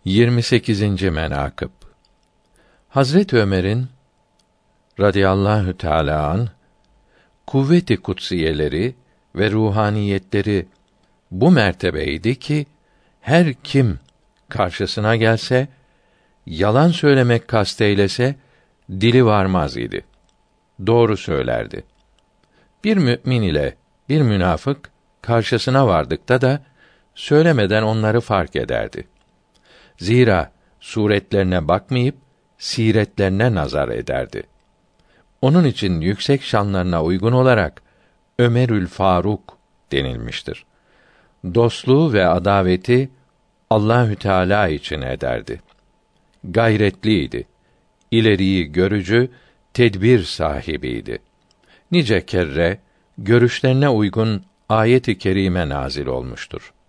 28. menakıb Hazret Ömer'in radıyallahu teâlâ anh kuvvet-i kutsiyeleri ve ruhaniyetleri bu mertebeydi ki her kim karşısına gelse yalan söylemek kasteylese dili varmaz idi. Doğru söylerdi. Bir mümin ile bir münafık karşısına vardıkta da söylemeden onları fark ederdi. Zira suretlerine bakmayıp siretlerine nazar ederdi. Onun için yüksek şanlarına uygun olarak Ömerül Faruk denilmiştir. Dostluğu ve adaveti Allahü Teala için ederdi. Gayretliydi. İleriyi görücü, tedbir sahibiydi. Nice kerre görüşlerine uygun ayet-i kerime nazil olmuştur.